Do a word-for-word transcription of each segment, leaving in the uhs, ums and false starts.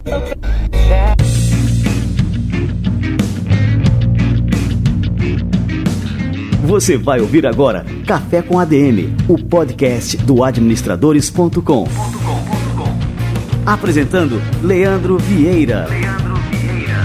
Você vai ouvir agora Café com A D M, o podcast do administradores ponto com. Apresentando Leandro Vieira. Leandro Vieira.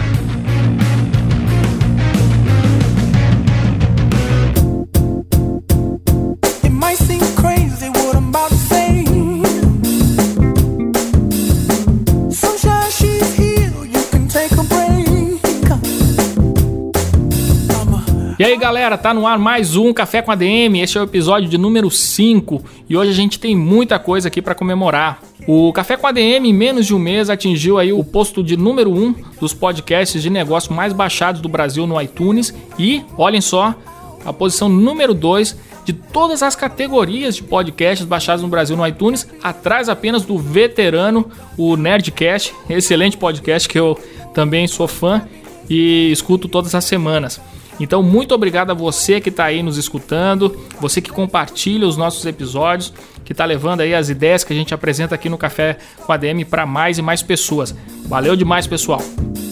E aí galera, tá no ar mais um Café com A D M, este é o episódio de número cinco e hoje a gente tem muita coisa aqui para comemorar. O Café com A D M em menos de um mês atingiu aí o posto de número um dos podcasts de negócio mais baixados do Brasil no iTunes e, olhem só, a posição número dois de todas as categorias de podcasts baixados no Brasil no iTunes, atrás apenas do veterano, o Nerdcast, excelente podcast que eu também sou fã e escuto todas as semanas. Então, muito obrigado a você que está aí nos escutando, você que compartilha os nossos episódios, que está levando aí as ideias que a gente apresenta aqui no Café com A D M para mais e mais pessoas. Valeu demais, pessoal!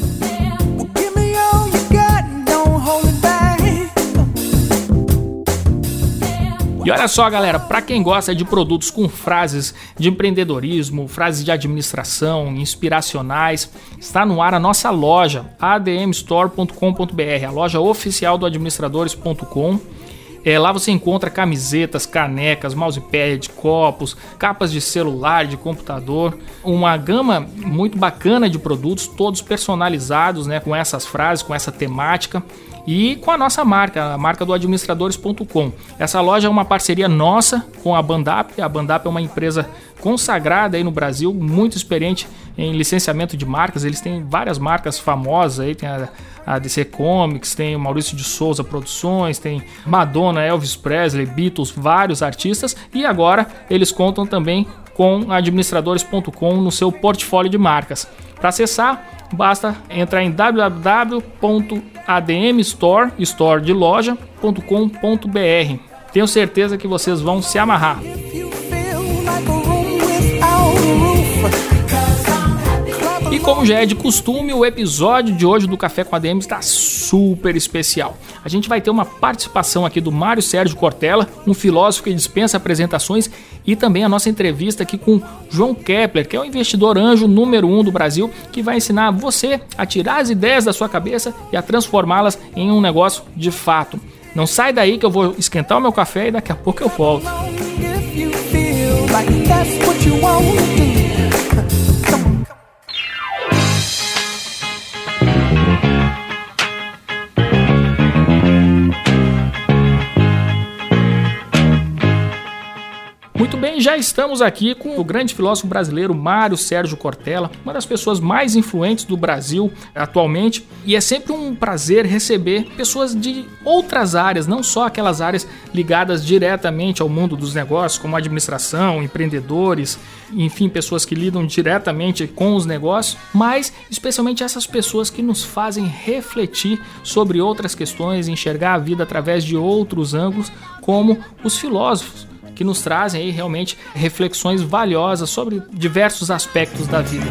E olha só, galera, para quem gosta de produtos com frases de empreendedorismo, frases de administração, inspiracionais, está no ar a nossa loja, a d m store ponto com ponto b r, a loja oficial do administradores ponto com. É, lá você encontra camisetas, canecas, mousepad, copos, capas de celular, de computador, uma gama muito bacana de produtos, todos personalizados, né, com essas frases, com essa temática. E com a nossa marca, a marca do administradores ponto com. Essa loja é uma parceria nossa com a Bandap. A Bandap é uma empresa consagrada aí no Brasil, muito experiente em licenciamento de marcas. Eles têm várias marcas famosas, aí tem a, a D C Comics, tem o Maurício de Souza Produções, tem Madonna, Elvis Presley, Beatles, vários artistas. E agora eles contam também com administradores ponto com no seu portfólio de marcas. Para acessar, basta entrar em w w w ponto a d m store, store de loja, ponto com ponto b r. Tenho certeza que vocês vão se amarrar. E como já é de costume, o episódio de hoje do Café com A D M está super especial. A gente vai ter uma participação aqui do Mário Sérgio Cortella, um filósofo que dispensa apresentações, e também a nossa entrevista aqui com João Kepler, que é o investidor anjo número um do Brasil, que vai ensinar você a tirar as ideias da sua cabeça e a transformá-las em um negócio de fato. Não sai daí que eu vou esquentar o meu café e daqui a pouco eu volto. Muito bem, já estamos aqui com o grande filósofo brasileiro Mário Sérgio Cortella, uma das pessoas mais influentes do Brasil atualmente, e é sempre um prazer receber pessoas de outras áreas, não só aquelas áreas ligadas diretamente ao mundo dos negócios, como administração, empreendedores, enfim, pessoas que lidam diretamente com os negócios, mas especialmente essas pessoas que nos fazem refletir sobre outras questões, enxergar a vida através de outros ângulos, como os filósofos, que nos trazem aí realmente reflexões valiosas sobre diversos aspectos da vida.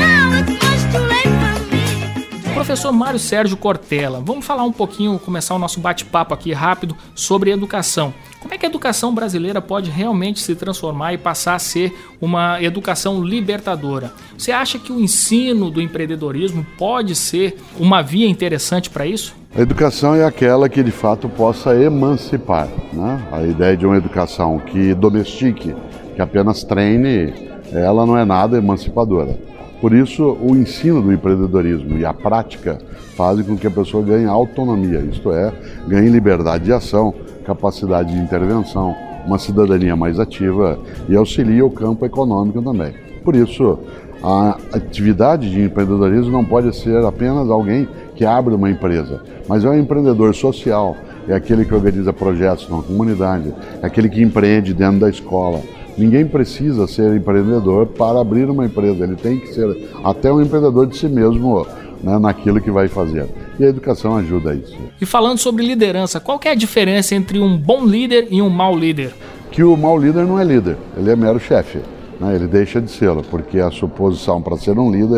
Professor Mário Sérgio Cortella, vamos falar um pouquinho, começar o nosso bate-papo aqui rápido sobre educação. Como é que a educação brasileira pode realmente se transformar e passar a ser uma educação libertadora? Você acha que o ensino do empreendedorismo pode ser uma via interessante para isso? A educação é aquela que de fato possa emancipar, né? A ideia de uma educação que domestique, que apenas treine, ela não é nada emancipadora. Por isso, o ensino do empreendedorismo e a prática fazem com que a pessoa ganhe autonomia, isto é, ganhe liberdade de ação, capacidade de intervenção, uma cidadania mais ativa e auxilia o campo econômico também. Por isso, a atividade de empreendedorismo não pode ser apenas alguém que abre uma empresa, mas é um empreendedor social, é aquele que organiza projetos na comunidade, é aquele que empreende dentro da escola. Ninguém precisa ser empreendedor para abrir uma empresa, ele tem que ser até um empreendedor de si mesmo, né, naquilo que vai fazer. E a educação ajuda a isso. E falando sobre liderança, qual que é a diferença entre um bom líder e um mau líder? Que o mau líder não é líder, ele é mero chefe, né? Ele deixa de ser, porque a suposição para ser um líder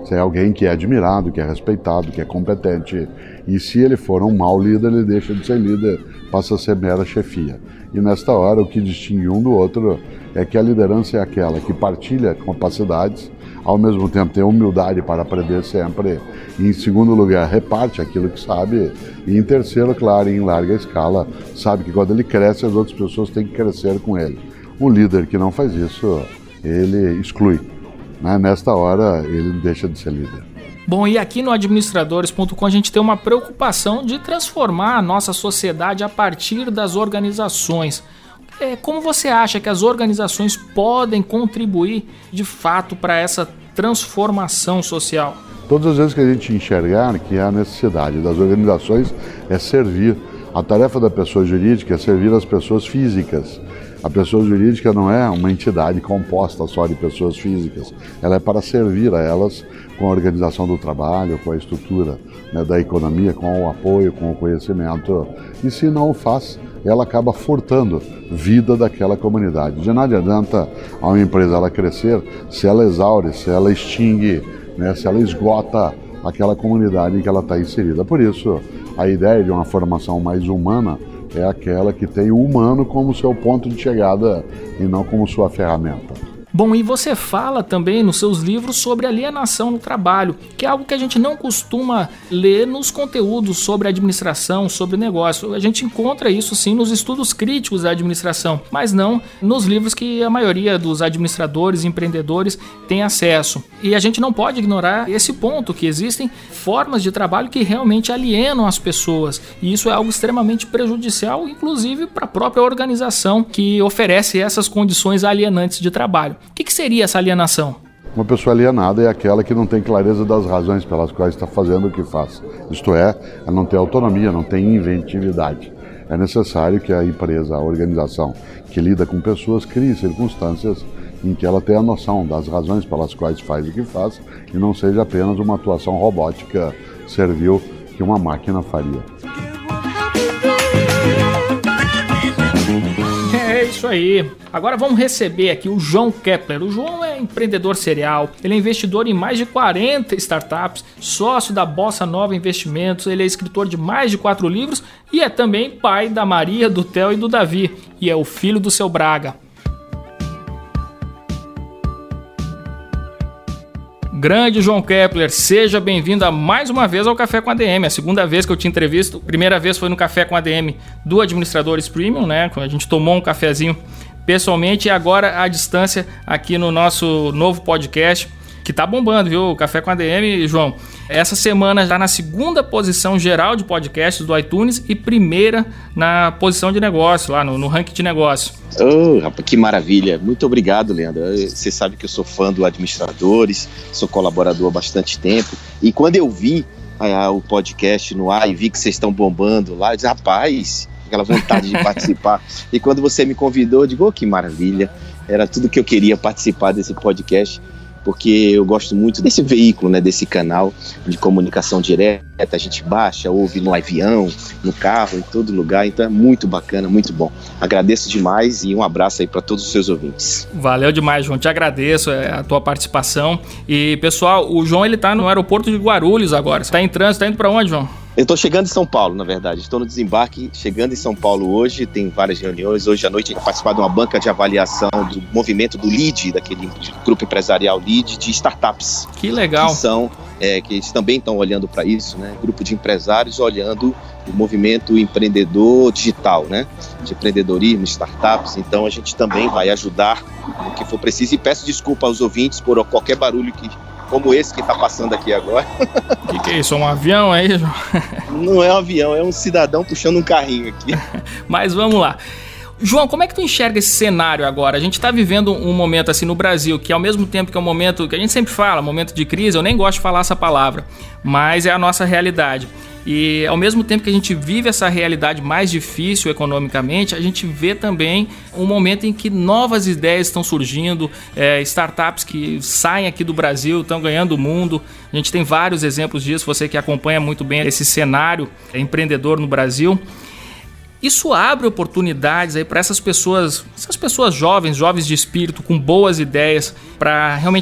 Se é alguém que é admirado, que é respeitado, que é competente. E se ele for um mau líder, ele deixa de ser líder, passa a ser mera chefia. E nesta hora, o que distingue um do outro é que a liderança é aquela que partilha capacidades, ao mesmo tempo tem humildade para aprender sempre, e em segundo lugar, reparte aquilo que sabe, e em terceiro, claro, em larga escala, sabe que quando ele cresce, as outras pessoas têm que crescer com ele. Um líder que não faz isso, ele exclui. Né? Nesta hora, ele deixa de ser líder. Bom, e aqui no administradores ponto com a gente tem uma preocupação de transformar a nossa sociedade a partir das organizações. É, como você acha que as organizações podem contribuir de fato para essa transformação social? Todas as vezes que a gente enxergar que a necessidade das organizações é servir, a tarefa da pessoa jurídica é servir as pessoas físicas. A pessoa jurídica não é uma entidade composta só de pessoas físicas, ela é para servir a elas com a organização do trabalho, com a estrutura, né, da economia, com o apoio, com o conhecimento. E se não o faz, ela acaba furtando vida daquela comunidade. De nada adianta a uma empresa ela crescer se ela exaure, se ela extingue, né, se ela esgota aquela comunidade em que ela está inserida. Por isso, a ideia de uma formação mais humana é aquela que tem o humano como seu ponto de chegada e não como sua ferramenta. Bom, e você fala também nos seus livros sobre alienação no trabalho, que é algo que a gente não costuma ler nos conteúdos sobre administração, sobre negócio. A gente encontra isso sim nos estudos críticos da administração, mas não nos livros que a maioria dos administradores e empreendedores tem acesso. E a gente não pode ignorar esse ponto, que existem formas de trabalho que realmente alienam as pessoas. E isso é algo extremamente prejudicial, inclusive para a própria organização que oferece essas condições alienantes de trabalho. O que, que seria essa alienação? Uma pessoa alienada é aquela que não tem clareza das razões pelas quais está fazendo o que faz. Isto é, ela não tem autonomia, não tem inventividade. É necessário que a empresa, a organização que lida com pessoas, crie circunstâncias em que ela tenha a noção das razões pelas quais faz o que faz e não seja apenas uma atuação robótica servil que uma máquina faria. É isso aí. Agora vamos receber aqui o João Kepler. O João é empreendedor serial, ele é investidor em mais de quarenta startups, sócio da Bossa Nova Investimentos, ele é escritor de mais de quatro livros e é também pai da Maria, do Theo e do Davi, e é o filho do seu Braga. Grande João Kepler, seja bem-vindo a mais uma vez ao Café com A D M, a segunda vez que eu te entrevisto. A primeira vez foi no Café com A D M do Administradores Premium, né? Quando a gente tomou um cafezinho pessoalmente, e agora à distância aqui no nosso novo podcast, que tá bombando, viu? O Café com A D M, João. Essa semana já na segunda posição geral de podcasts do iTunes e primeira na posição de negócio, lá no, no ranking de negócio. Oh, rapaz, que maravilha. Muito obrigado, Leandro. Você sabe que eu sou fã do Administradores, sou colaborador há bastante tempo. E quando eu vi ah, o podcast no ar e vi que vocês estão bombando lá, eu disse, rapaz, aquela vontade de participar. E quando você me convidou, eu digo, oh, que maravilha. Era tudo que eu queria participar desse podcast, porque eu gosto muito desse veículo, né, desse canal de comunicação direta. A gente baixa, ouve no avião, no carro, em todo lugar, então é muito bacana, muito bom. Agradeço demais e um abraço aí para todos os seus ouvintes. Valeu demais, João, te agradeço a tua participação. E pessoal, o João ele tá no aeroporto de Guarulhos agora. Você tá em trânsito, tá indo para onde, João? Eu estou chegando em São Paulo, na verdade. Estou no desembarque, chegando em São Paulo hoje. Tem várias reuniões. Hoje à noite eu vou participar de uma banca de avaliação do movimento do LEAD, daquele grupo empresarial LEAD de startups. Que legal. Que são, é, que eles também estão olhando para isso, né? Grupo de empresários olhando o movimento empreendedor digital, né? De empreendedorismo, startups. Então a gente também vai ajudar no que for preciso. E peço desculpa aos ouvintes por qualquer barulho que... como esse que está passando aqui agora. O que, que é isso? É um avião aí, João? Não é um avião, é um cidadão puxando um carrinho aqui. Mas vamos lá. João, como é que tu enxerga esse cenário agora? A gente está vivendo um momento assim no Brasil, que ao mesmo tempo que é um momento que a gente sempre fala, momento de crise, eu nem gosto de falar essa palavra, mas é a nossa realidade. E ao mesmo tempo que a gente vive essa realidade mais difícil economicamente, a gente vê também um momento em que novas ideias estão surgindo, é, startups que saem aqui do Brasil, estão ganhando o mundo. A gente tem vários exemplos disso, você que acompanha muito bem esse cenário empreendedor no Brasil. Isso abre oportunidades aí para essas pessoas, essas pessoas jovens, jovens de espírito, com boas ideias, para realmente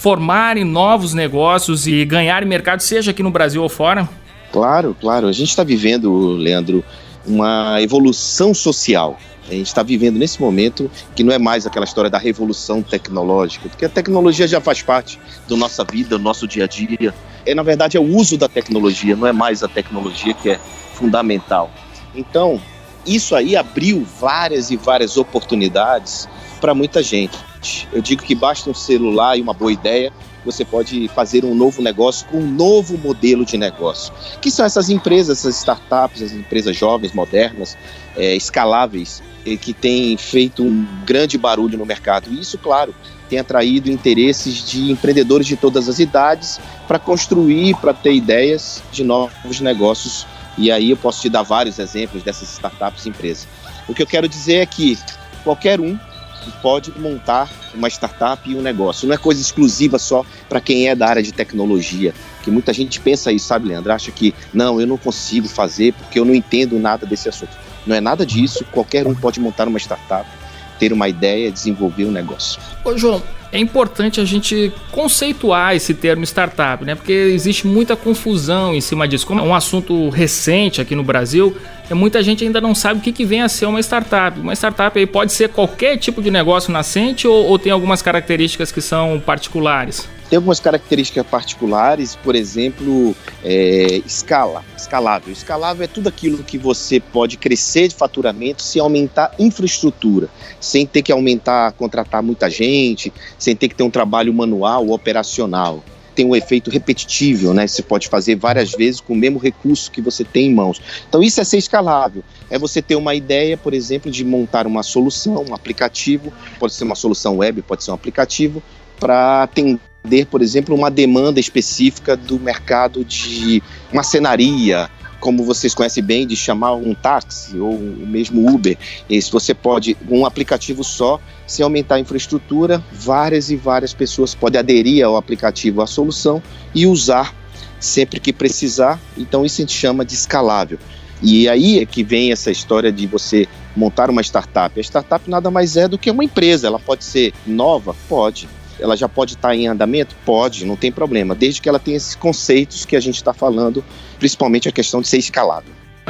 formarem novos negócios e ganharem mercado, seja aqui no Brasil ou fora? Claro, claro. A gente está vivendo, Leandro, uma evolução social. A gente está vivendo nesse momento que não é mais aquela história da revolução tecnológica, porque a tecnologia já faz parte da nossa vida, do nosso dia a dia. É, na verdade, é o uso da tecnologia, não é mais a tecnologia que é fundamental. Então, isso aí abriu várias e várias oportunidades para muita gente. Eu digo que basta um celular e uma boa ideia, você pode fazer um novo negócio com um novo modelo de negócio. Que são essas empresas, essas startups, as empresas jovens, modernas, é, escaláveis, que têm feito um grande barulho no mercado. E isso, claro, tem atraído interesses de empreendedores de todas as idades para construir, para ter ideias de novos negócios. E aí eu posso te dar vários exemplos dessas startups e empresas. O que eu quero dizer é que qualquer um pode montar uma startup e um negócio. Não é coisa exclusiva só para quem é da área de tecnologia, que muita gente pensa isso, sabe, Leandro? Acha que, não, eu não consigo fazer porque eu não entendo nada desse assunto. Não é nada disso, qualquer um pode montar uma startup, ter uma ideia, desenvolver um negócio. Ô, João, é importante a gente conceituar esse termo startup, né? Porque existe muita confusão em cima disso. Como é um assunto recente aqui no Brasil, muita gente ainda não sabe o que, que vem a ser uma startup. Uma startup aí pode ser qualquer tipo de negócio nascente ou, ou tem algumas características que são particulares? Tem algumas características particulares, por exemplo, é, escala, escalável. Escalável é tudo aquilo que você pode crescer de faturamento se aumentar infraestrutura, sem ter que aumentar, contratar muita gente, sem ter que ter um trabalho manual, operacional. Tem um efeito repetitível, né? Você pode fazer várias vezes com o mesmo recurso que você tem em mãos. Então isso é ser escalável. É você ter uma ideia, por exemplo, de montar uma solução, um aplicativo, pode ser uma solução web, pode ser um aplicativo, para atender, por exemplo, uma demanda específica do mercado de marcenaria, como vocês conhecem bem, de chamar um táxi ou o mesmo Uber. Esse você pode, um aplicativo só, se aumentar a infraestrutura, várias e várias pessoas podem aderir ao aplicativo, à solução e usar sempre que precisar. Então isso a gente chama de escalável. E aí é que vem essa história de você montar uma startup. A startup nada mais é do que uma empresa. Ela pode ser nova? Pode. Ela já pode estar em andamento? Pode, não tem problema, desde que ela tenha esses conceitos que a gente está falando, principalmente a questão de ser escalável.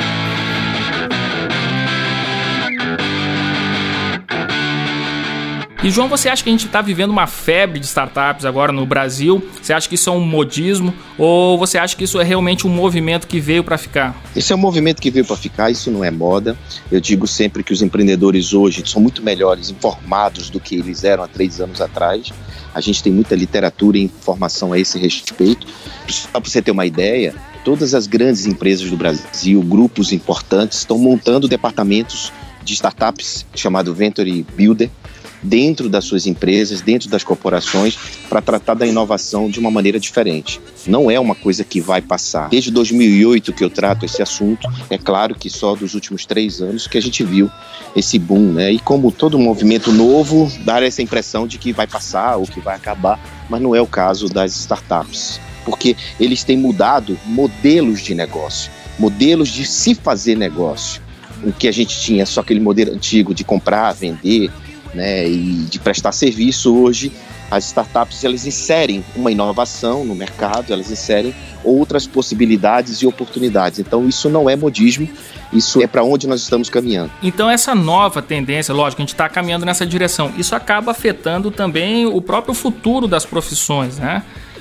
E, João, você acha que a gente está vivendo uma febre de startups agora no Brasil? Você acha que isso é um modismo ou você acha que isso é realmente um movimento que veio para ficar? Isso é um movimento que veio para ficar, isso não é moda. Eu digo sempre que os empreendedores hoje são muito melhores informados do que eles eram há três anos atrás. A gente tem muita literatura e informação a esse respeito. Só para você ter uma ideia, todas as grandes empresas do Brasil, grupos importantes, estão montando departamentos de startups chamado Venture Builder, dentro das suas empresas, dentro das corporações, para tratar da inovação de uma maneira diferente. Não é uma coisa que vai passar. Desde dois mil e oito que eu trato esse assunto, é claro que só dos últimos três anos que a gente viu esse boom, né? E como todo movimento novo, dá essa impressão de que vai passar ou que vai acabar, mas não é o caso das startups, porque eles têm mudado modelos de negócio, modelos de se fazer negócio. O que a gente tinha só aquele modelo antigo de comprar, vender, né, e de prestar serviço, hoje as startups elas inserem uma inovação no mercado, elas inserem outras possibilidades e oportunidades. Então isso não é modismo, isso é para onde nós estamos caminhando. Então essa nova tendência, lógico, a gente está caminhando nessa direção, isso acaba afetando também o próprio futuro das profissões, né?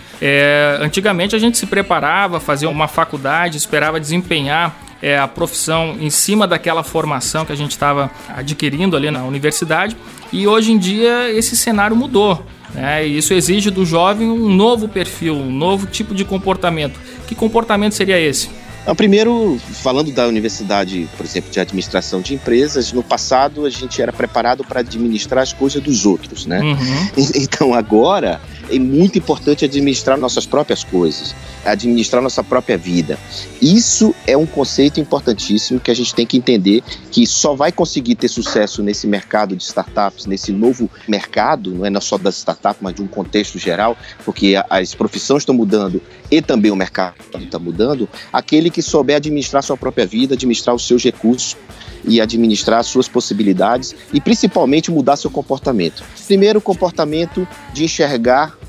É, antigamente a gente se preparava, fazia uma faculdade, esperava desempenhar é, a profissão em cima daquela formação que a gente estava adquirindo ali na universidade, e hoje em dia esse cenário mudou, né? E isso exige do jovem um novo perfil, um novo tipo de comportamento. Que comportamento seria esse? Então, primeiro, falando da universidade, por exemplo, de administração de empresas, no passado a gente era preparado para administrar as coisas dos outros, né? Uhum. Então agora é muito importante administrar nossas próprias coisas, administrar nossa própria vida. Isso é um conceito importantíssimo que a gente tem que entender, que só vai conseguir ter sucesso nesse mercado de startups, nesse novo mercado, não é só das startups, mas de um contexto geral, porque as profissões estão mudando e também o mercado está mudando, aquele que souber administrar sua própria vida, administrar os seus recursos e administrar as suas possibilidades e principalmente mudar seu comportamento. Primeiro, o comportamento de enxergar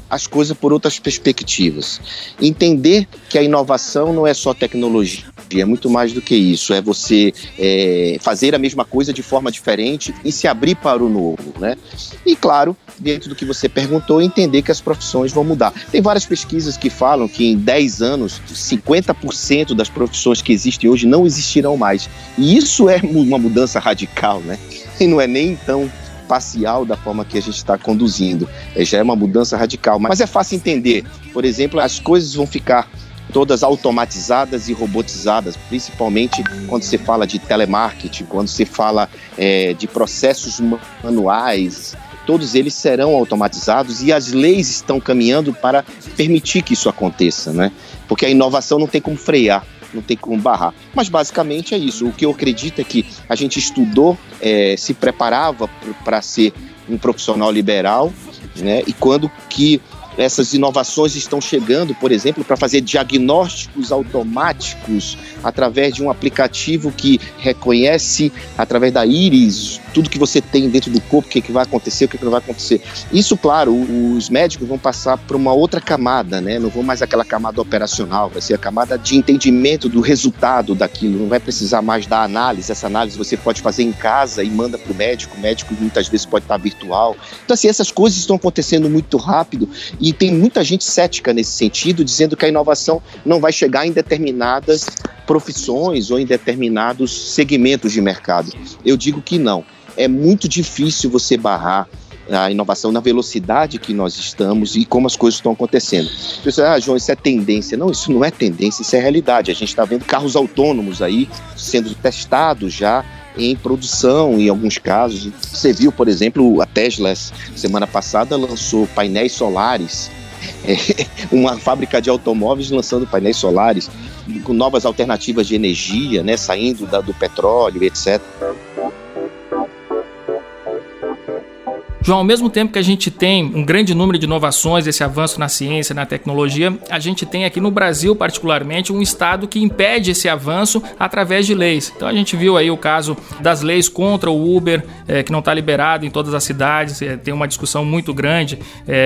as coisas por outras perspectivas. Entender que a inovação não é só tecnologia, é muito mais do que isso. É você é, fazer a mesma coisa de forma diferente e se abrir para o novo, né? E, claro, dentro do que você perguntou, entender que as profissões vão mudar. Tem várias pesquisas que falam que em dez anos, cinquenta por cento das profissões que existem hoje não existirão mais. E isso é uma mudança radical, né? E não é nem tão parcial da forma que a gente está conduzindo. É, já é uma mudança radical, mas é fácil entender. Por exemplo, as coisas vão ficar todas automatizadas e robotizadas, principalmente quando você fala de telemarketing, quando você fala é, de processos manuais, todos eles serão automatizados e as leis estão caminhando para permitir que isso aconteça, né? Porque a inovação não tem como frear, não tem como barrar. Mas basicamente é isso. O que eu acredito é que a gente estudou, é, se preparava para ser um profissional liberal, né? E quando que essas inovações estão chegando, por exemplo, para fazer diagnósticos automáticos através de um aplicativo que reconhece, através da íris, tudo que você tem dentro do corpo, o que, que vai acontecer, o que, que não vai acontecer. Isso, claro, os médicos vão passar para uma outra camada, né? Não vão mais aquela camada operacional, vai ser a camada de entendimento do resultado daquilo, não vai precisar mais da análise. Essa análise você pode fazer em casa e manda para o médico, o médico muitas vezes pode estar virtual. Então, assim, essas coisas estão acontecendo muito rápido e tem muita gente cética nesse sentido, dizendo que a inovação não vai chegar em determinadas profissões ou em determinados segmentos de mercado. Eu digo que não. É muito difícil você barrar a inovação na velocidade que nós estamos e como as coisas estão acontecendo. Pessoal, ah, João, isso é tendência. Não, isso não é tendência, isso é realidade. A gente está vendo carros autônomos aí sendo testados já em produção, em alguns casos. Você viu, por exemplo, a Tesla, semana passada, lançou painéis solares, é, uma fábrica de automóveis lançando painéis solares, com novas alternativas de energia, né, saindo da, do petróleo, etcétera. João, ao mesmo tempo que a gente tem um grande número de inovações, esse avanço na ciência, na tecnologia, a gente tem aqui no Brasil, particularmente, um estado que impede esse avanço através de leis. Então a gente viu aí o caso das leis contra o Uber, é, que não está liberado em todas as cidades, é, tem uma discussão muito grande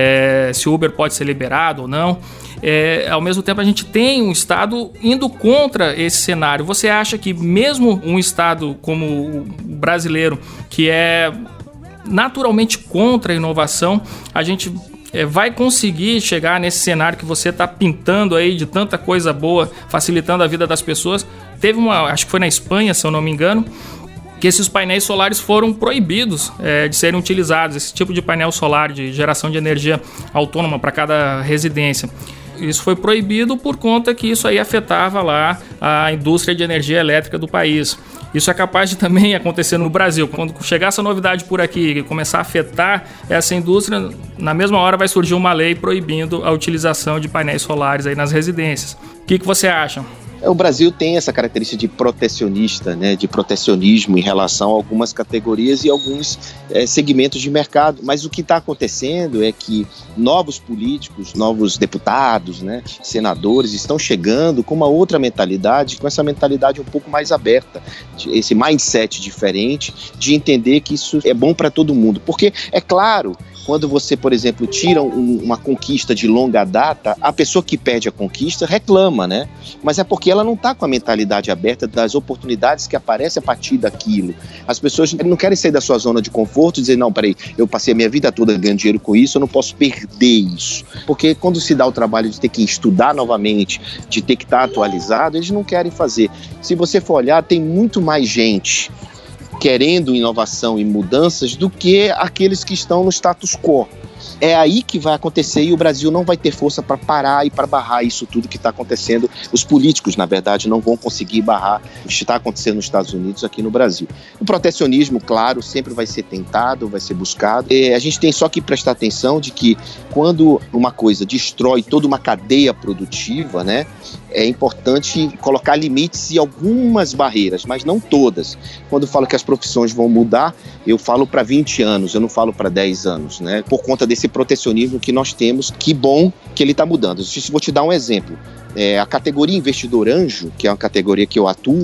é, se o Uber pode ser liberado ou não. É, ao mesmo tempo a gente tem um estado indo contra esse cenário. Você acha que mesmo um estado como o brasileiro, que é naturalmente contra a inovação, a gente é, vai conseguir chegar nesse cenário que você está pintando aí de tanta coisa boa, facilitando a vida das pessoas? Teve uma, acho que foi na Espanha, se eu não me engano, que esses painéis solares foram proibidos é, de serem utilizados, esse tipo de painel solar de geração de energia autônoma para cada residência. Isso foi proibido por conta que isso aí afetava lá a indústria de energia elétrica do país. Isso é capaz de também acontecer no Brasil. Quando chegar essa novidade por aqui e começar a afetar essa indústria, na mesma hora vai surgir uma lei proibindo a utilização de painéis solares aí nas residências. O que, que você acha? O Brasil tem essa característica de protecionista, né, de protecionismo em relação a algumas categorias e alguns é, segmentos de mercado. Mas o que está acontecendo é que novos políticos, novos deputados, né, senadores estão chegando com uma outra mentalidade, com essa mentalidade um pouco mais aberta, esse mindset diferente de entender que isso é bom para todo mundo. Porque, é claro, quando você, por exemplo, tira um, uma conquista de longa data, a pessoa que perde a conquista reclama, né? Mas é porque ela não está com a mentalidade aberta das oportunidades que aparecem a partir daquilo. As pessoas não querem sair da sua zona de conforto e dizer, não, peraí, eu passei a minha vida toda ganhando dinheiro com isso, eu não posso perder isso. Porque quando se dá o trabalho de ter que estudar novamente, de ter que estar atualizado, eles não querem fazer. Se você for olhar, tem muito mais gente querendo inovação e mudanças do que aqueles que estão no status quo. É aí que vai acontecer e o Brasil não vai ter força para parar e para barrar isso tudo que está acontecendo. Os políticos, na verdade, não vão conseguir barrar o que está acontecendo nos Estados Unidos aqui no Brasil. O protecionismo, claro, sempre vai ser tentado, vai ser buscado. E a gente tem só que prestar atenção de que quando uma coisa destrói toda uma cadeia produtiva, né, é importante colocar limites e algumas barreiras, mas não todas. Quando eu falo que as profissões vão mudar, eu falo para vinte anos, eu não falo para dez anos, né? Por conta desse protecionismo que nós temos, que bom que ele está mudando. Vou te dar um exemplo. É, a categoria investidor anjo, que é uma categoria que eu atuo,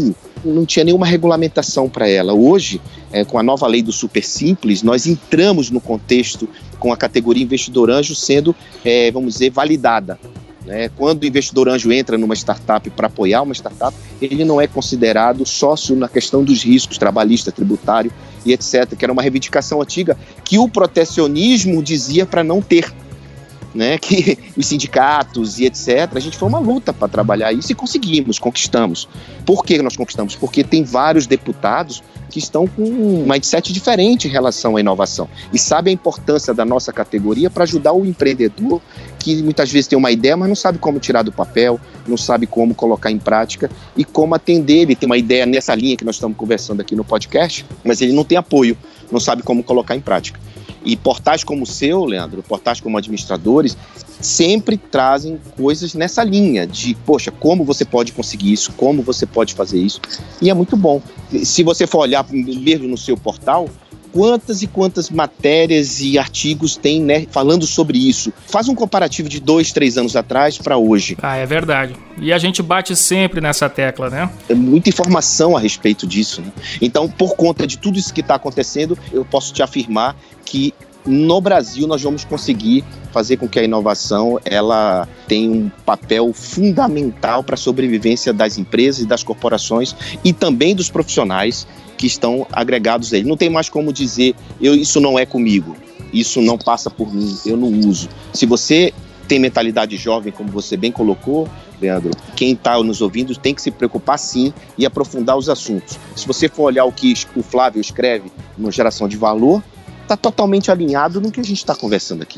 não tinha nenhuma regulamentação para ela. Hoje, é, com a nova lei do Super Simples, nós entramos no contexto com a categoria investidor anjo sendo, é, vamos dizer, validada. Né? Quando o investidor anjo entra numa startup para apoiar uma startup, ele não é considerado sócio na questão dos riscos trabalhista, tributário e etcétera, que era uma reivindicação antiga que o protecionismo dizia para não ter. Né, que os sindicatos e etcétera, a gente foi uma luta para trabalhar isso e conseguimos, conquistamos. Por que nós conquistamos? Porque tem vários deputados que estão com um mindset diferente em relação à inovação e sabem a importância da nossa categoria para ajudar o empreendedor que muitas vezes tem uma ideia, mas não sabe como tirar do papel, não sabe como colocar em prática e como atender. Ele tem uma ideia nessa linha que nós estamos conversando aqui no podcast, mas ele não tem apoio, não sabe como colocar em prática. E portais como o seu, Leandro, portais como administradores, sempre trazem coisas nessa linha de, poxa, como você pode conseguir isso, como você pode fazer isso. E é muito bom. Se você for olhar mesmo no seu portal, quantas e quantas matérias e artigos tem, né, falando sobre isso. Faz um comparativo de dois, três anos atrás para hoje. Ah, é verdade. E a gente bate sempre nessa tecla, né? É muita informação a respeito disso, né? Então, por conta de tudo isso que está acontecendo, eu posso te afirmar que no Brasil nós vamos conseguir fazer com que a inovação ela tenha um papel fundamental para a sobrevivência das empresas e das corporações e também dos profissionais que estão agregados a ele. Não tem mais como dizer, eu, isso não é comigo, isso não passa por mim, eu não uso. Se você tem mentalidade jovem, como você bem colocou, Leandro, quem está nos ouvindo tem que se preocupar sim e aprofundar os assuntos. Se você for olhar o que o Flávio escreve no Geração de Valor, está totalmente alinhado no que a gente está conversando aqui.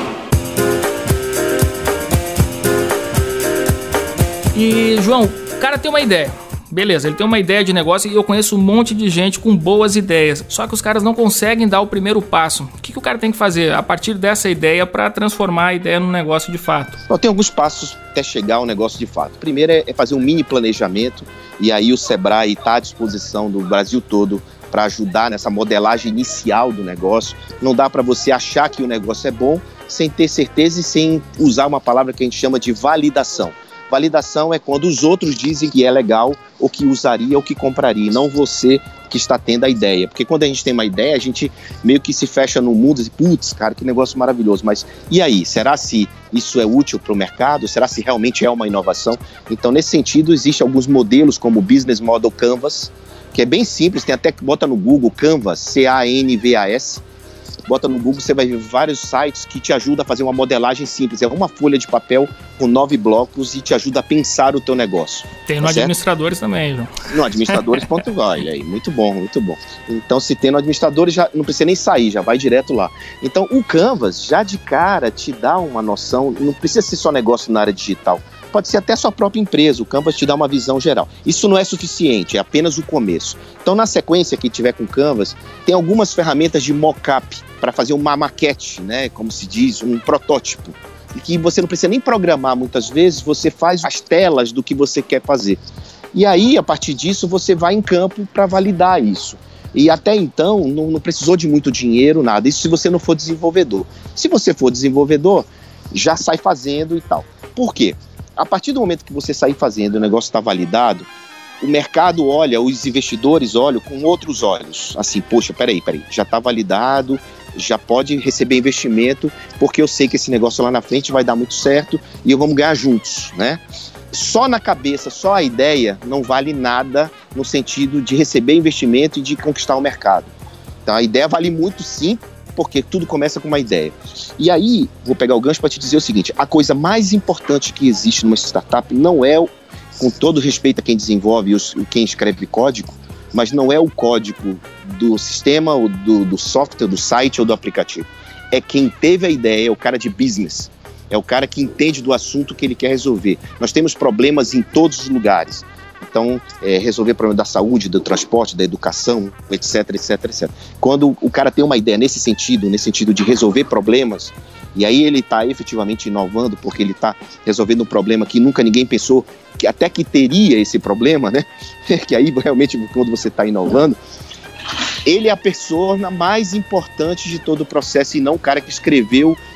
E, João, o cara tem uma ideia. Beleza, ele tem uma ideia de negócio e eu conheço um monte de gente com boas ideias. Só que os caras não conseguem dar o primeiro passo. O que, que o cara tem que fazer a partir dessa ideia para transformar a ideia num negócio de fato? Bom, tem alguns passos até chegar ao negócio de fato. Primeiro é fazer um mini planejamento e aí o Sebrae está à disposição do Brasil todo para ajudar nessa modelagem inicial do negócio. Não dá para você achar que o negócio é bom sem ter certeza e sem usar uma palavra que a gente chama de validação. Validação é quando os outros dizem que é legal, ou que usaria, ou que compraria, não você que está tendo a ideia. Porque quando a gente tem uma ideia, a gente meio que se fecha no mundo e diz, putz, cara, que negócio maravilhoso. Mas e aí? Será se isso é útil para o mercado? Será se realmente é uma inovação? Então, nesse sentido, existem alguns modelos como o Business Model Canvas, que é bem simples, tem até que bota no Google Canvas, C A N V A S, bota no Google, você vai ver vários sites que te ajudam a fazer uma modelagem simples. É uma folha de papel com nove blocos e te ajuda a pensar o teu negócio. Tem no tá Administradores certo? Também, João. No administradores ponto com, olha aí, muito bom, muito bom. Então, se tem no Administradores, já não precisa nem sair, já vai direto lá. Então, o Canvas, já de cara, te dá uma noção, não precisa ser só negócio na área digital. Pode ser até sua própria empresa, o Canvas te dá uma visão geral. Isso não é suficiente, é apenas o começo. Então, na sequência que tiver com o Canvas, tem algumas ferramentas de mock-up para fazer uma maquete, né, como se diz, um protótipo. E que você não precisa nem programar muitas vezes, você faz as telas do que você quer fazer. E aí, a partir disso, você vai em campo para validar isso. E até então, não, não precisou de muito dinheiro, nada. Isso se você não for desenvolvedor. Se você for desenvolvedor, já sai fazendo e tal. Por quê? A partir do momento que você sair fazendo e o negócio está validado, o mercado olha, os investidores olham com outros olhos. Assim, poxa, peraí, peraí, já está validado, já pode receber investimento, porque eu sei que esse negócio lá na frente vai dar muito certo e eu vamos ganhar juntos, né? Só na cabeça, só a ideia não vale nada no sentido de receber investimento e de conquistar o mercado. Então a ideia vale muito sim, porque tudo começa com uma ideia. E aí, vou pegar o gancho para te dizer o seguinte, a coisa mais importante que existe numa startup não é, com todo respeito a quem desenvolve e quem escreve código, mas não é o código do sistema, ou do, do software, do site ou do aplicativo. É quem teve a ideia, é o cara de business, é o cara que entende do assunto que ele quer resolver. Nós temos problemas em todos os lugares. Então, é, resolver problema da saúde, do transporte, da educação, etc, etc, etcétera. Quando o cara tem uma ideia nesse sentido, nesse sentido de resolver problemas, e aí ele está efetivamente inovando, porque ele está resolvendo um problema que nunca ninguém pensou, que até que teria esse problema, né? Que aí realmente quando você está inovando, ele é a persona mais importante de todo o processo e não o cara que escreveu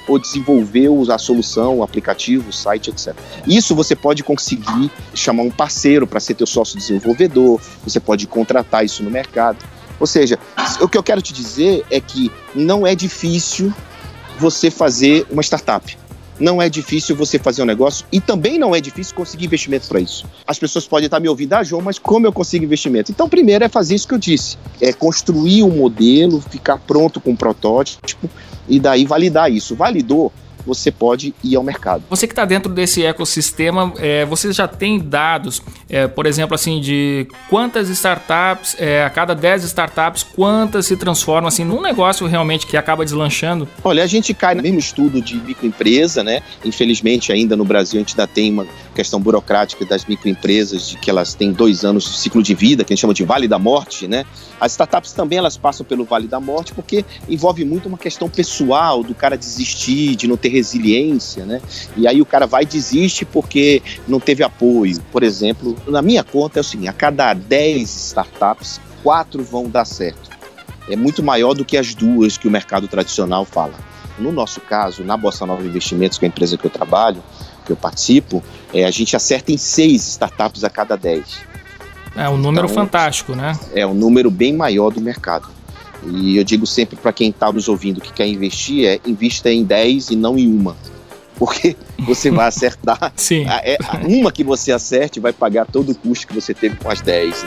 ou desenvolveu a solução, o aplicativo, o site, etcétera. Isso você pode conseguir chamar um parceiro para ser teu sócio desenvolvedor, você pode contratar isso no mercado. Ou seja, o que eu quero te dizer é que não é difícil você fazer uma startup. Não é difícil você fazer um negócio e também não é difícil conseguir investimento para isso. As pessoas podem estar me ouvindo, ah, João, mas como eu consigo investimento? Então, primeiro é fazer isso que eu disse, é construir um modelo, ficar pronto com um protótipo e daí validar isso. Validou, você pode ir ao mercado. Você que está dentro desse ecossistema, é, você já tem dados, é, por exemplo, assim, de quantas startups, é, a cada dez startups, quantas se transformam assim, num negócio realmente que acaba deslanchando? Olha, a gente cai no mesmo estudo de microempresa, né? Infelizmente, ainda no Brasil, a gente ainda tem uma questão burocrática das microempresas, de que elas têm dois anos de ciclo de vida, que a gente chama de Vale da Morte, né? As startups também, elas passam pelo Vale da Morte, porque envolve muito uma questão pessoal, do cara desistir, de não ter resiliência, né? E aí o cara vai e desiste porque não teve apoio. Por exemplo, na minha conta é o seguinte, a cada dez startups, quatro vão dar certo. É muito maior do que as duas que o mercado tradicional fala. No nosso caso, na Bossa Nova Investimentos, que é a empresa que eu trabalho, que eu participo, é, a gente acerta em seis startups a cada dez. É um número então, fantástico, né? É um número bem maior do mercado. E eu digo sempre para quem está nos ouvindo que quer investir, é invista em dez e não em uma. Porque você vai acertar. Sim. A, é, a, uma que você acerte vai pagar todo o custo que você teve com as dez.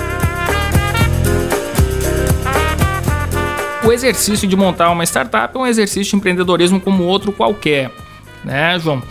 O exercício de montar uma startup é um exercício de empreendedorismo como outro qualquer, né, João?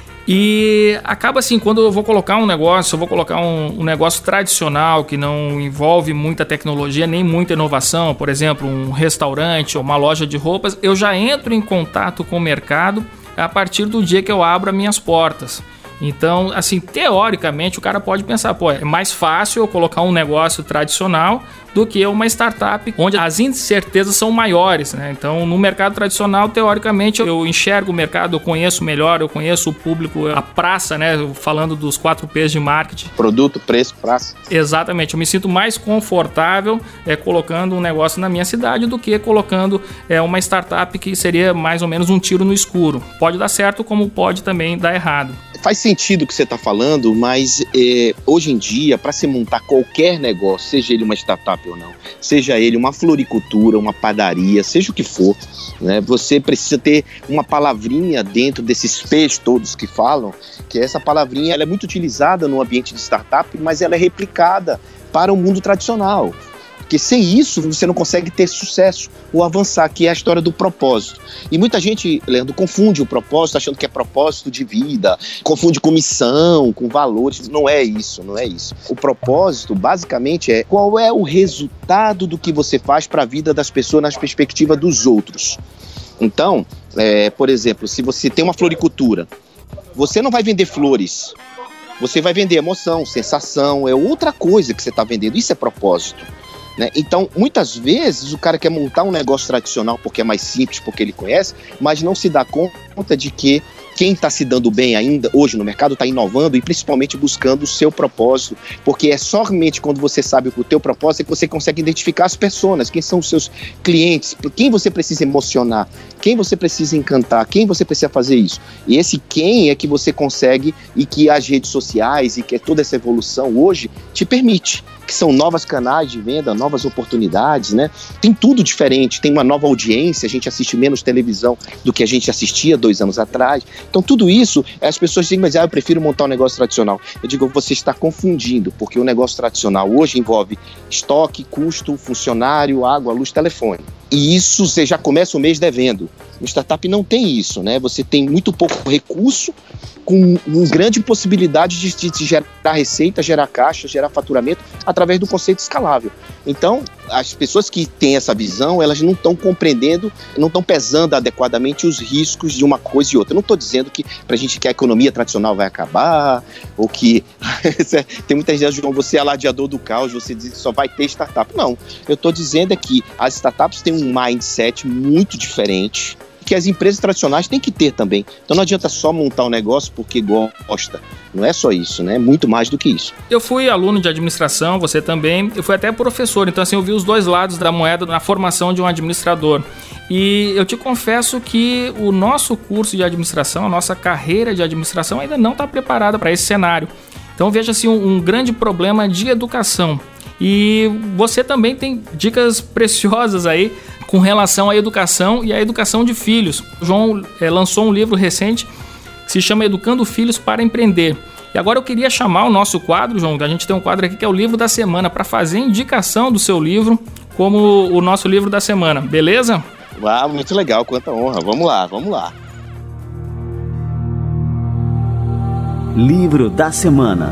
E acaba assim, quando eu vou colocar um negócio, eu vou colocar um, um negócio tradicional que não envolve muita tecnologia, nem muita inovação, por exemplo, um restaurante ou uma loja de roupas, eu já entro em contato com o mercado a partir do dia que eu abro as minhas portas. Então, assim, teoricamente, o cara pode pensar, pô, é mais fácil eu colocar um negócio tradicional do que uma startup onde as incertezas são maiores, né? Então, no mercado tradicional, teoricamente, eu enxergo o mercado, eu conheço melhor, eu conheço o público, a praça, né? Falando dos quatro P's de marketing. Produto, preço, praça. Exatamente. Eu me sinto mais confortável é, colocando um negócio na minha cidade do que colocando é, uma startup que seria mais ou menos um tiro no escuro. Pode dar certo, como pode também dar errado. Faz sentido o que você está falando, mas é, hoje em dia, para se montar qualquer negócio, seja ele uma startup ou não, seja ele uma floricultura, uma padaria, seja o que for, né, você precisa ter uma palavrinha dentro desses P's todos que falam, que essa palavrinha ela é muito utilizada no ambiente de startup, mas ela é replicada para o mundo tradicional. Porque sem isso você não consegue ter sucesso ou avançar, que é a história do propósito. E muita gente, Leandro, confunde o propósito achando que é propósito de vida, confunde com missão, com valores. Não é isso, não é isso. O propósito, basicamente, é qual é o resultado do que você faz para a vida das pessoas na perspectiva dos outros. Então, é, por exemplo, se você tem uma floricultura, você não vai vender flores, você vai vender emoção, sensação, é outra coisa que você está vendendo. Isso é propósito. Né? Então, muitas vezes, o cara quer montar um negócio tradicional porque é mais simples, porque ele conhece, mas não se dá conta de que quem está se dando bem ainda hoje no mercado está inovando e principalmente buscando o seu propósito, porque é somente quando você sabe o teu propósito que você consegue identificar as pessoas, quem são os seus clientes, quem você precisa emocionar, quem você precisa encantar, quem você precisa fazer isso. E esse quem é que você consegue e que as redes sociais e que toda essa evolução hoje te permite, que são novas canais de venda, novas oportunidades, né? Tem tudo diferente, tem uma nova audiência, a gente assiste menos televisão do que a gente assistia dois anos atrás. Então tudo isso, as pessoas dizem, mas ah, eu prefiro montar um negócio tradicional. Eu digo, você está confundindo, porque o negócio tradicional hoje envolve estoque, custo, funcionário, água, luz, telefone. E isso você já começa o mês devendo. O startup não tem isso, né? Você tem muito pouco recurso, com uma grande possibilidade de, de gerar receita, gerar caixa, gerar faturamento através do conceito escalável. Então, as pessoas que têm essa visão, elas não estão compreendendo, não estão pesando adequadamente os riscos de uma coisa e outra. Eu não estou dizendo que para a gente que a economia tradicional vai acabar, ou que tem muita gente, João, você é alardeador do caos, você diz que só vai ter startup. Não, eu estou dizendo é que as startups têm um mindset muito diferente, que as empresas tradicionais têm que ter também. Então não adianta só montar um negócio porque gosta. Não é só isso, né? É muito mais do que isso. Eu fui aluno de administração, você também. Eu fui até professor, então assim, eu vi os dois lados da moeda na formação de um administrador. E eu te confesso que o nosso curso de administração, a nossa carreira de administração ainda não está preparada para esse cenário. Então veja-se um, um grande problema de educação. E você também tem dicas preciosas aí com relação à educação e à educação de filhos. O João é, lançou um livro recente que se chama Educando Filhos para Empreender. E agora eu queria chamar o nosso quadro, João, a gente tem um quadro aqui que é o livro da semana, para fazer indicação do seu livro como o nosso livro da semana, beleza? Ah, muito legal, quanta honra. Vamos lá, vamos lá. Livro da semana.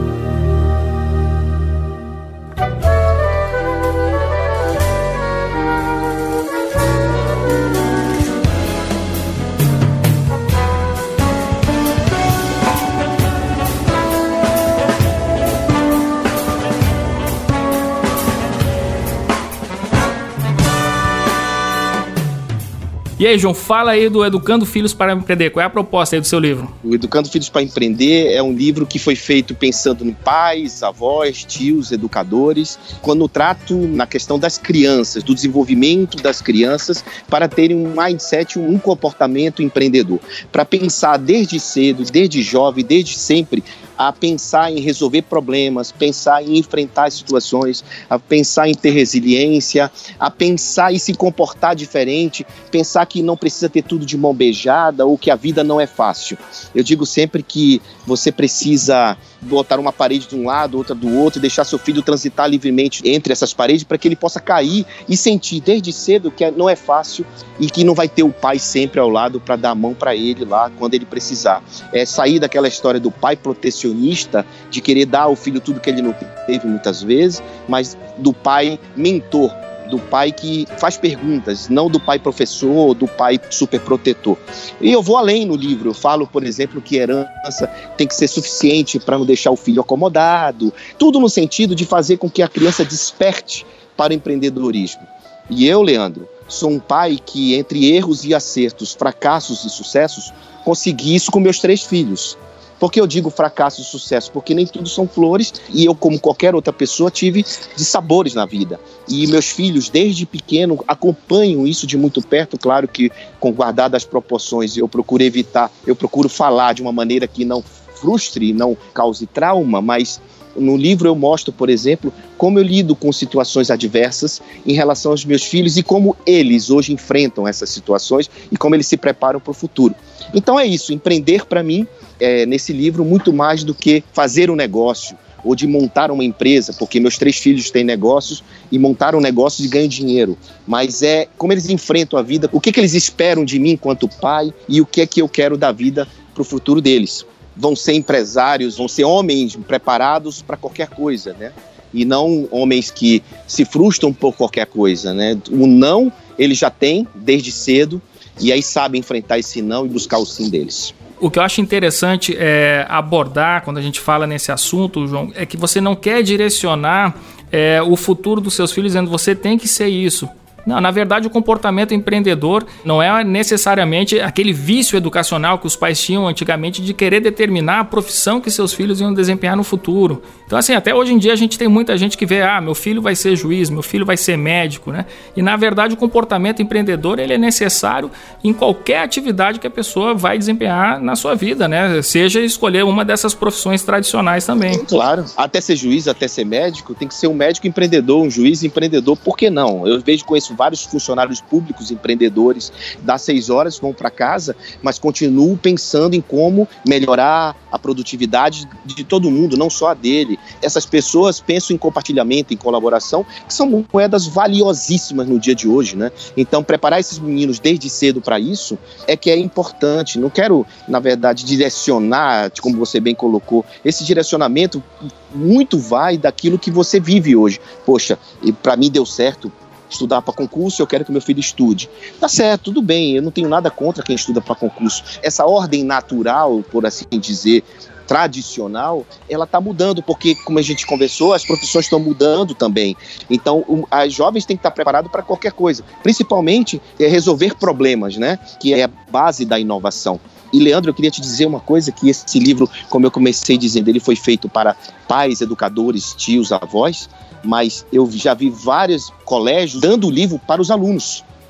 E aí, João, fala aí do Educando Filhos para Empreender. Qual é a proposta aí do seu livro? O Educando Filhos para Empreender é um livro que foi feito pensando em pais, avós, tios, educadores, quando trato na questão das crianças, do desenvolvimento das crianças para terem um mindset, um comportamento empreendedor. Para pensar desde cedo, desde jovem, desde sempre, a pensar em resolver problemas, pensar em enfrentar situações, a pensar em ter resiliência, a pensar e se comportar diferente, pensar que não precisa ter tudo de mão beijada ou que a vida não é fácil. Eu digo sempre que você precisa botar uma parede de um lado, outra do outro e deixar seu filho transitar livremente entre essas paredes para que ele possa cair e sentir desde cedo que não é fácil e que não vai ter o pai sempre ao lado para dar a mão para ele lá quando ele precisar. É sair daquela história do pai protecionista, de querer dar ao filho tudo que ele não teve muitas vezes, mas do pai mentor, do pai que faz perguntas, não do pai professor, do pai super protetor. E eu vou além no livro, eu falo, por exemplo, que herança tem que ser suficiente para não deixar o filho acomodado, tudo no sentido de fazer com que a criança desperte para o empreendedorismo. E eu, Leandro, sou um pai que, entre erros e acertos, fracassos e sucessos, consegui isso com meus três filhos. Por que eu digo fracasso e sucesso? Porque nem tudo são flores e eu, como qualquer outra pessoa, tive dissabores na vida. E meus filhos, desde pequeno, acompanham isso de muito perto. Claro que, com guardadas as proporções, eu procuro evitar, eu procuro falar de uma maneira que não frustre, não cause trauma, mas no livro eu mostro, por exemplo, como eu lido com situações adversas em relação aos meus filhos e como eles hoje enfrentam essas situações e como eles se preparam para o futuro. Então é isso, empreender para mim é, nesse livro, muito mais do que fazer um negócio ou de montar uma empresa, porque meus três filhos têm negócios e montaram negócios e ganham dinheiro, mas é como eles enfrentam a vida, o que, que eles esperam de mim enquanto pai e o que é que eu quero da vida para o futuro deles. Vão ser empresários, vão ser homens preparados para qualquer coisa, né? E não homens que se frustram por qualquer coisa, né? O não eles já têm desde cedo e aí sabem enfrentar esse não e buscar o sim deles. O que eu acho interessante é abordar quando a gente fala nesse assunto, João, é que você não quer direcionar é, o futuro dos seus filhos dizendo você tem que ser isso. Não, na verdade, o comportamento empreendedor não é necessariamente aquele vício educacional que os pais tinham antigamente de querer determinar a profissão que seus filhos iam desempenhar no futuro. Então, assim, até hoje em dia a gente tem muita gente que vê, ah, meu filho vai ser juiz, meu filho vai ser médico, né? E, na verdade, o comportamento empreendedor, ele é necessário em qualquer atividade que a pessoa vai desempenhar na sua vida, né? Seja escolher uma dessas profissões tradicionais também. Claro, até ser juiz, até ser médico, tem que ser um médico empreendedor, um juiz empreendedor, por que não? Eu vejo com isso vários funcionários públicos, empreendedores, das seis horas vão para casa, mas continuam pensando em como melhorar a produtividade de todo mundo, não só a dele. Essas pessoas pensam em compartilhamento, em colaboração, que são moedas valiosíssimas no dia de hoje, né? Então, preparar esses meninos desde cedo para isso é que é importante. Não quero, na verdade, direcionar, como você bem colocou, esse direcionamento muito vai daquilo que você vive hoje. Poxa, para mim deu certo estudar para concurso, eu quero que meu filho estude. Tá certo, tudo bem, eu não tenho nada contra quem estuda para concurso. Essa ordem natural, por assim dizer, tradicional, ela está mudando, porque, como a gente conversou, as profissões estão mudando também. Então, um, as jovens têm que estar preparados para qualquer coisa, principalmente é, resolver problemas, né? Que é a base da inovação. E, Leandro, eu queria te dizer uma coisa, que esse livro, como eu comecei dizendo, ele foi feito para pais, educadores, tios, avós, mas eu já vi vários colégios dando o livro para os alunos.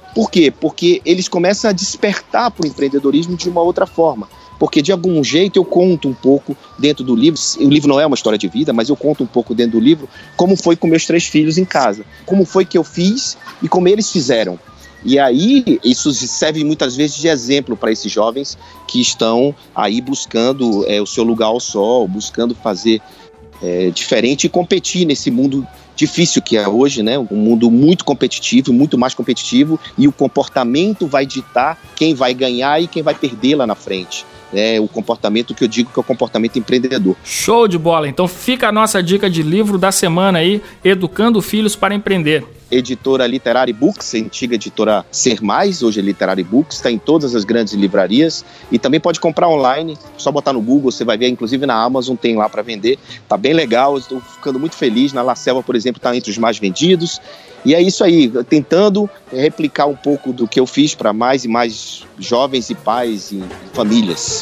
Por quê? Porque eles começam a despertar para o empreendedorismo de uma outra forma. Porque, de algum jeito, eu conto um pouco dentro do livro, o livro não é uma história de vida, mas eu conto um pouco dentro do livro como foi com meus três filhos em casa, como foi que eu fiz e como eles fizeram. E aí, isso serve muitas vezes de exemplo para esses jovens que estão aí buscando é, o seu lugar ao sol, buscando fazer é, diferente e competir nesse mundo difícil que é hoje, né? Um mundo muito competitivo, muito mais competitivo, e o comportamento vai ditar quem vai ganhar e quem vai perder lá na frente. É o comportamento que eu digo que é o comportamento empreendedor. Show de bola! Então fica a nossa dica de livro da semana aí, Educando Filhos para Empreender. Editora Literary Books, antiga editora Ser Mais, hoje é Literary Books, está em todas as grandes livrarias e também pode comprar online, só botar no Google, você vai ver, inclusive na Amazon tem lá para vender, tá bem legal, estou ficando muito feliz, na La Selva, por exemplo, está entre os mais vendidos, e é isso aí, tentando replicar um pouco do que eu fiz para mais e mais jovens e pais e famílias.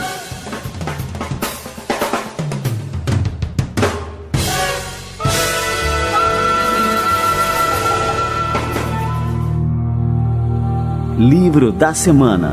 Livro da semana.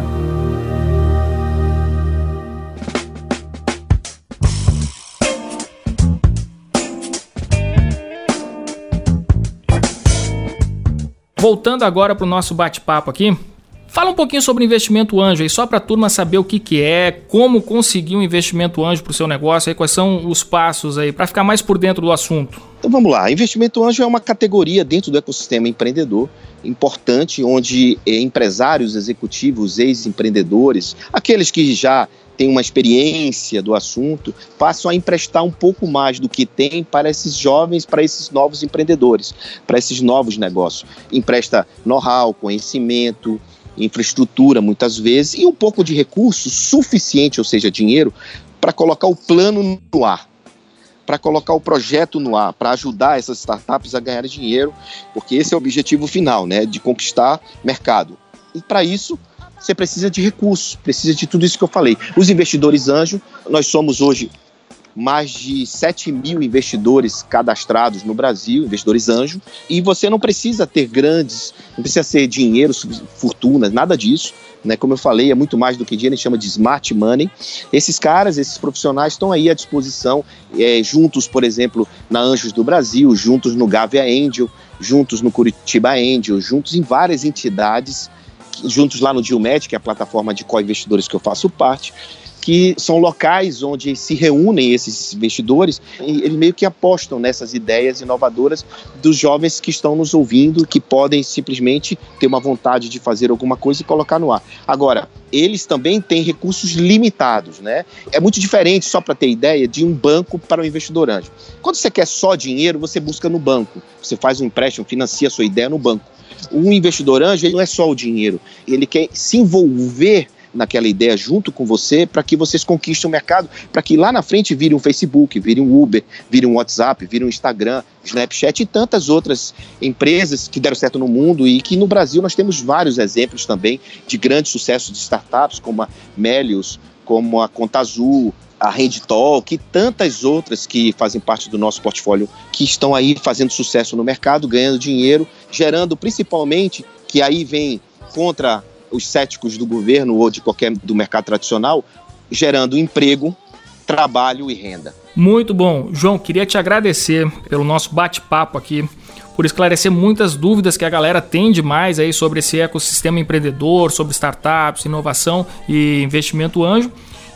Voltando agora para o nosso bate-papo aqui, fala um pouquinho sobre investimento anjo aí, só para a turma saber o que, que é, como conseguir um investimento anjo para o seu negócio, aí, quais são os passos aí, para ficar mais por dentro do assunto. Então vamos lá, investimento anjo é uma categoria dentro do ecossistema empreendedor importante, onde eh, empresários, executivos, ex-empreendedores, aqueles que já têm uma experiência do assunto, passam a emprestar um pouco mais do que tem para esses jovens, para esses novos empreendedores, para esses novos negócios. Empresta know-how, conhecimento, infraestrutura muitas vezes e um pouco de recurso suficiente, ou seja, dinheiro, para colocar o plano no ar, para colocar o projeto no ar, para ajudar essas startups a ganhar dinheiro, porque esse é o objetivo final, né, de conquistar mercado. E para isso, você precisa de recursos, precisa de tudo isso que eu falei. Os investidores anjo, nós somos hoje mais de sete mil investidores cadastrados no Brasil, investidores anjo, e você não precisa ter grandes, não precisa ser dinheiro, fortunas, nada disso, né? Como eu falei, é muito mais do que dinheiro, a gente chama de smart money. Esses caras, esses profissionais estão aí à disposição, é, juntos, por exemplo, na Anjos do Brasil, juntos no Gávea Angel, juntos no Curitiba Angel, juntos em várias entidades, juntos lá no Dealmatch, que é a plataforma de co-investidores que eu faço parte, que são locais onde se reúnem esses investidores e eles meio que apostam nessas ideias inovadoras dos jovens que estão nos ouvindo, que podem simplesmente ter uma vontade de fazer alguma coisa e colocar no ar. Agora, eles também têm recursos limitados, né? É muito diferente, só para ter ideia, de um banco para um investidor anjo. Quando você quer só dinheiro, você busca no banco. Você faz um empréstimo, financia a sua ideia no banco. Um investidor anjo, ele não é só o dinheiro, ele quer se envolver naquela ideia junto com você para que vocês conquistem o mercado, para que lá na frente vire um Facebook, vire um Uber, vire um WhatsApp, vire um Instagram, Snapchat e tantas outras empresas que deram certo no mundo e que no Brasil nós temos vários exemplos também de grandes sucessos de startups como a Melius, como a Conta Azul, a Handtalk e tantas outras que fazem parte do nosso portfólio que estão aí fazendo sucesso no mercado, ganhando dinheiro, gerando principalmente, que aí vem contra os céticos do governo ou de qualquer do mercado tradicional, gerando emprego, trabalho e renda. Muito bom. João, queria te agradecer pelo nosso bate-papo aqui, por esclarecer muitas dúvidas que a galera tem demais aí sobre esse ecossistema empreendedor, sobre startups, inovação e investimento anjo.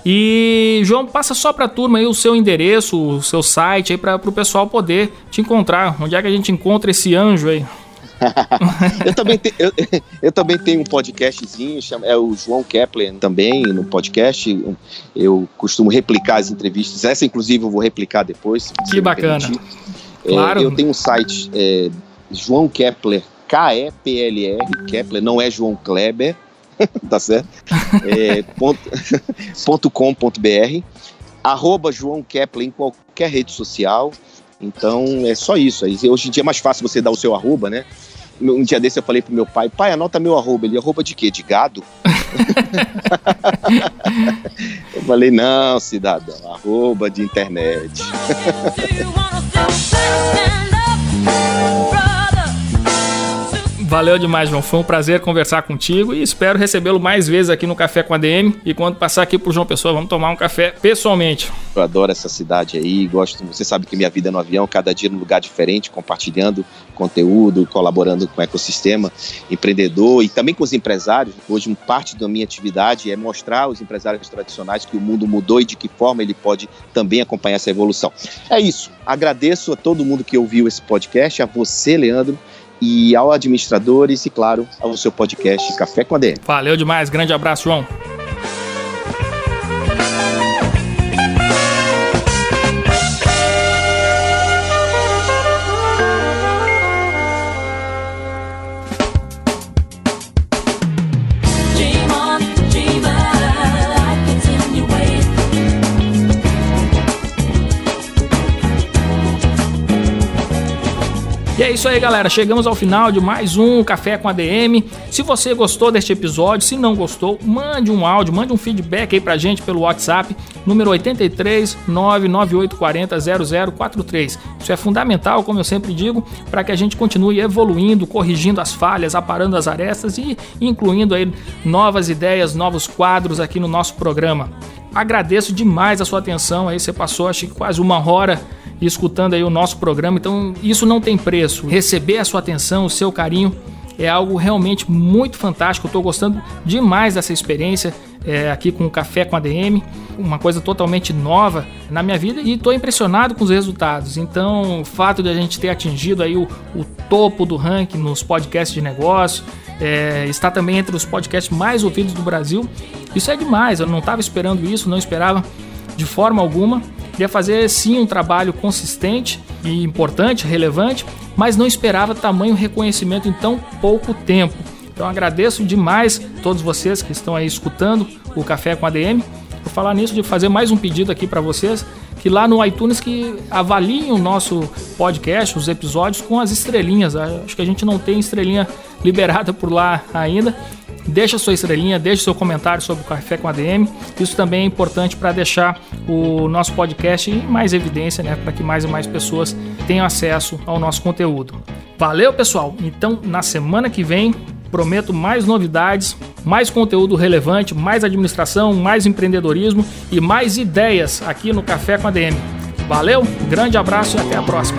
E, João, passa só para a turma aí o seu endereço, o seu site aí para o pessoal poder te encontrar. Onde é que a gente encontra esse anjo aí? eu, também te, eu, eu também tenho um podcastzinho, chama, é o João Kepler também, no podcast. Eu costumo replicar as entrevistas. Essa, inclusive, eu vou replicar depois. Que bacana. Claro. É, eu tenho um site, é, João Kepler, K E P L R, Kepler, não é João Kleber, tá certo? É, ponto, ponto com ponto br, arroba João Kepler em qualquer rede social. Então é só isso. Hoje em dia é mais fácil você dar o seu arroba, né? Um dia desse eu falei pro meu pai, pai, anota meu arroba. Ele, arroba de quê? De gado? Eu falei, não, cidadão, arroba de internet. Valeu demais, João. Foi um prazer conversar contigo e espero recebê-lo mais vezes aqui no Café com A D M. E quando passar aqui pro João Pessoa, vamos tomar um café pessoalmente. Eu adoro essa cidade aí, gosto. Você sabe que minha vida é no avião, cada dia num lugar diferente, compartilhando conteúdo, colaborando com o ecossistema empreendedor e também com os empresários. Hoje, parte da minha atividade é mostrar aos empresários tradicionais que o mundo mudou e de que forma ele pode também acompanhar essa evolução. É isso. Agradeço a todo mundo que ouviu esse podcast, a você, Leandro, e ao administradores e, claro, ao seu podcast Café com A D M. Valeu demais. Grande abraço, João. E é isso aí, galera, chegamos ao final de mais um Café com A D M. Se você gostou deste episódio, se não gostou, mande um áudio, mande um feedback aí pra gente pelo WhatsApp, número oito três, nove nove oito quatro zero, zero zero quatro três. Isso é fundamental, como eu sempre digo, para que a gente continue evoluindo, corrigindo as falhas, aparando as arestas e incluindo aí novas ideias, novos quadros aqui no nosso programa. Agradeço demais a sua atenção, aí você passou acho que quase uma hora escutando aí o nosso programa, então isso não tem preço. Receber a sua atenção, o seu carinho é algo realmente muito fantástico. Eu estou gostando demais dessa experiência é, aqui com o Café com A D M, uma coisa totalmente nova na minha vida e estou impressionado com os resultados. Então o fato de a gente ter atingido aí o, o topo do ranking nos podcasts de negócio, é, está também entre os podcasts mais ouvidos do Brasil, isso é demais. Eu não estava esperando isso, não esperava de forma alguma. Queria fazer sim um trabalho consistente e importante, relevante, mas não esperava tamanho reconhecimento em tão pouco tempo. Então agradeço demais a todos vocês que estão aí escutando o Café com A D M. Vou falar nisso de fazer mais um pedido aqui para vocês, que lá no iTunes que avaliem o nosso podcast, os episódios com as estrelinhas. Acho que a gente não tem estrelinha liberada por lá ainda. Deixa sua estrelinha, deixa seu comentário sobre o Café com A D M. Isso também é importante para deixar o nosso podcast em mais evidência, né? Para que mais e mais pessoas tenham acesso ao nosso conteúdo. Valeu, pessoal! Então, na semana que vem, prometo mais novidades, mais conteúdo relevante, mais administração, mais empreendedorismo e mais ideias aqui no Café com A D M. Valeu, grande abraço e até a próxima!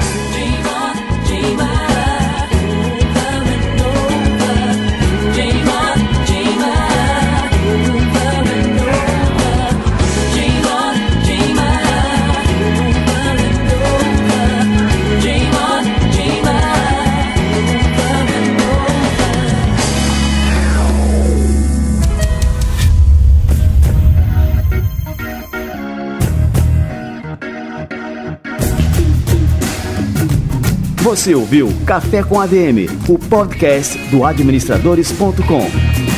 Você ouviu Café com A D M, o podcast do administradores ponto com.